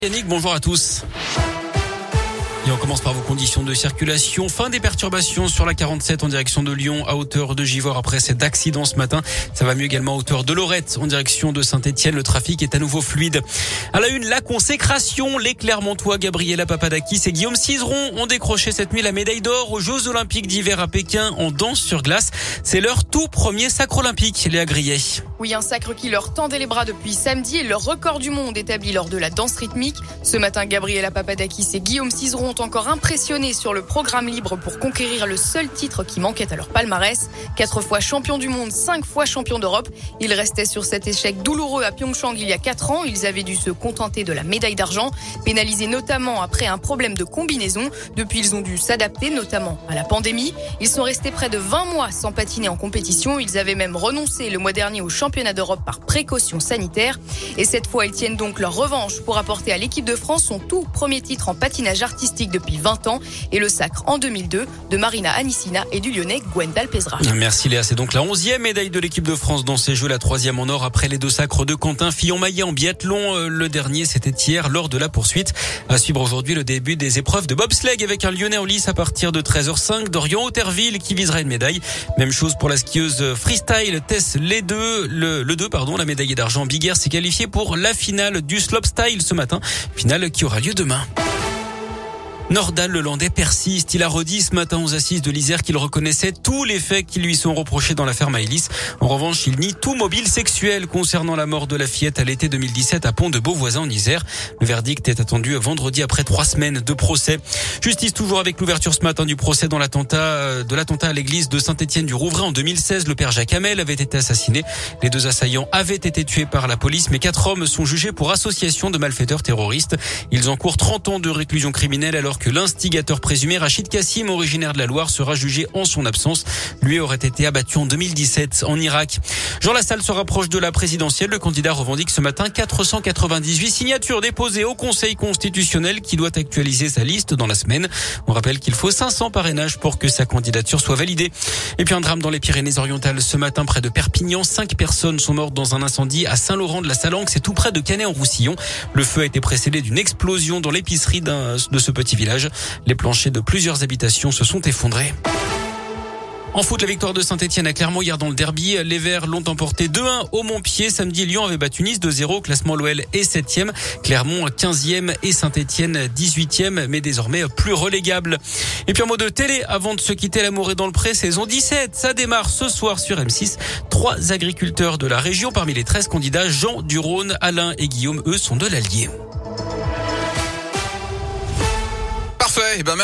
Yannick, bonjour à tous. Et on commence par vos conditions de circulation. Fin des perturbations sur la 47 en direction de Lyon à hauteur de Givors après cet accident ce matin. Ça va mieux également à hauteur de Lorette en direction de Saint-Etienne. Le trafic est à nouveau fluide. À la une, la consécration. Les Clermontois Gabriela Papadakis et Guillaume Cizeron ont décroché cette nuit la médaille d'or aux Jeux Olympiques d'hiver à Pékin en danse sur glace. C'est leur tout premier sacre olympique, Léa Grillet. Oui, un sacre qui leur tendait les bras depuis samedi et leur record du monde établi lors de la danse rythmique. Ce matin, Gabriela Papadakis et Guillaume Cizeron ont encore impressionné sur le programme libre pour conquérir le seul titre qui manquait à leur palmarès. 4 fois champion du monde, 5 fois champion d'Europe. Ils restaient sur cet échec douloureux à Pyeongchang il y a 4 ans. Ils avaient dû se contenter de la médaille d'argent, pénalisés notamment après un problème de combinaison. Depuis, ils ont dû s'adapter, notamment à la pandémie. Ils sont restés près de 20 mois sans patiner en compétition. Ils avaient même renoncé le mois dernier au championnat d'Europe par précaution sanitaire. Et cette fois, ils tiennent donc leur revanche pour apporter à l'équipe de France son tout premier titre en patinage artistique depuis 20 ans et le sacre en 2002 de Marina Anissina et du Lyonnais Gwendal Pesra. Merci Léa, c'est donc la 11e médaille de l'équipe de France dans ces Jeux, la 3e en or après les 2 sacres de Quentin Fillon-Maillet en biathlon. Le dernier, c'était hier lors de la poursuite. À suivre aujourd'hui le début des épreuves de bobsleigh avec un Lyonnais en lice à partir de 13h05. Dorian Auterville qui visera une médaille. Même chose pour la skieuse freestyle Tess Ledeux. La médaille d'argent Big Air s'est qualifiée pour la finale du slopestyle ce matin. Finale qui aura lieu demain. Nordal Lelandais persiste. Il a redit ce matin aux assises de l'Isère qu'il reconnaissait tous les faits qui lui sont reprochés dans l'affaire Maëlys. En revanche, il nie tout mobile sexuel concernant la mort de la fillette à l'été 2017 à Pont-de-Beauvoisin en Isère. Le verdict est attendu vendredi après 3 semaines de procès. Justice toujours avec l'ouverture ce matin du procès dans l'attentat à l'église de Saint-Étienne-du-Rouvray en 2016. Le père Jacques Hamel avait été assassiné. Les 2 assaillants avaient été tués par la police, mais 4 hommes sont jugés pour association de malfaiteurs terroristes. Ils encourent 30 ans de réclusion criminelle alors que l'instigateur présumé Rachid Kassim, originaire de la Loire, sera jugé en son absence. Lui aurait été abattu en 2017 en Irak. Jean Lassalle se rapproche de la présidentielle. Le candidat revendique ce matin 498 signatures déposées au Conseil constitutionnel qui doit actualiser sa liste dans la semaine. On rappelle qu'il faut 500 parrainages pour que sa candidature soit validée. Et puis un drame dans les Pyrénées-Orientales ce matin près de Perpignan. 5 personnes sont mortes dans un incendie à Saint-Laurent-de-la-Salanque. C'est tout près de Canet-en-Roussillon. Le feu a été précédé d'une explosion dans l'épicerie de ce petit village. Les planchers de plusieurs habitations se sont effondrés. En foot, la victoire de Saint-Etienne à Clermont hier dans le derby. Les Verts l'ont emporté 2-1 au Montpied. Samedi, Lyon avait battu Nice 2-0. Classement, l'OL est 7e. Clermont 15e et Saint-Etienne 18e, mais désormais plus relégable. Et puis en mot de télé, avant de se quitter, l'amour est dans le pré, saison 17. Ça démarre ce soir sur M6. 3 agriculteurs de la région. Parmi les 13 candidats, Jean du Rhône, Alain et Guillaume, eux, sont de l'Allier. Parfait.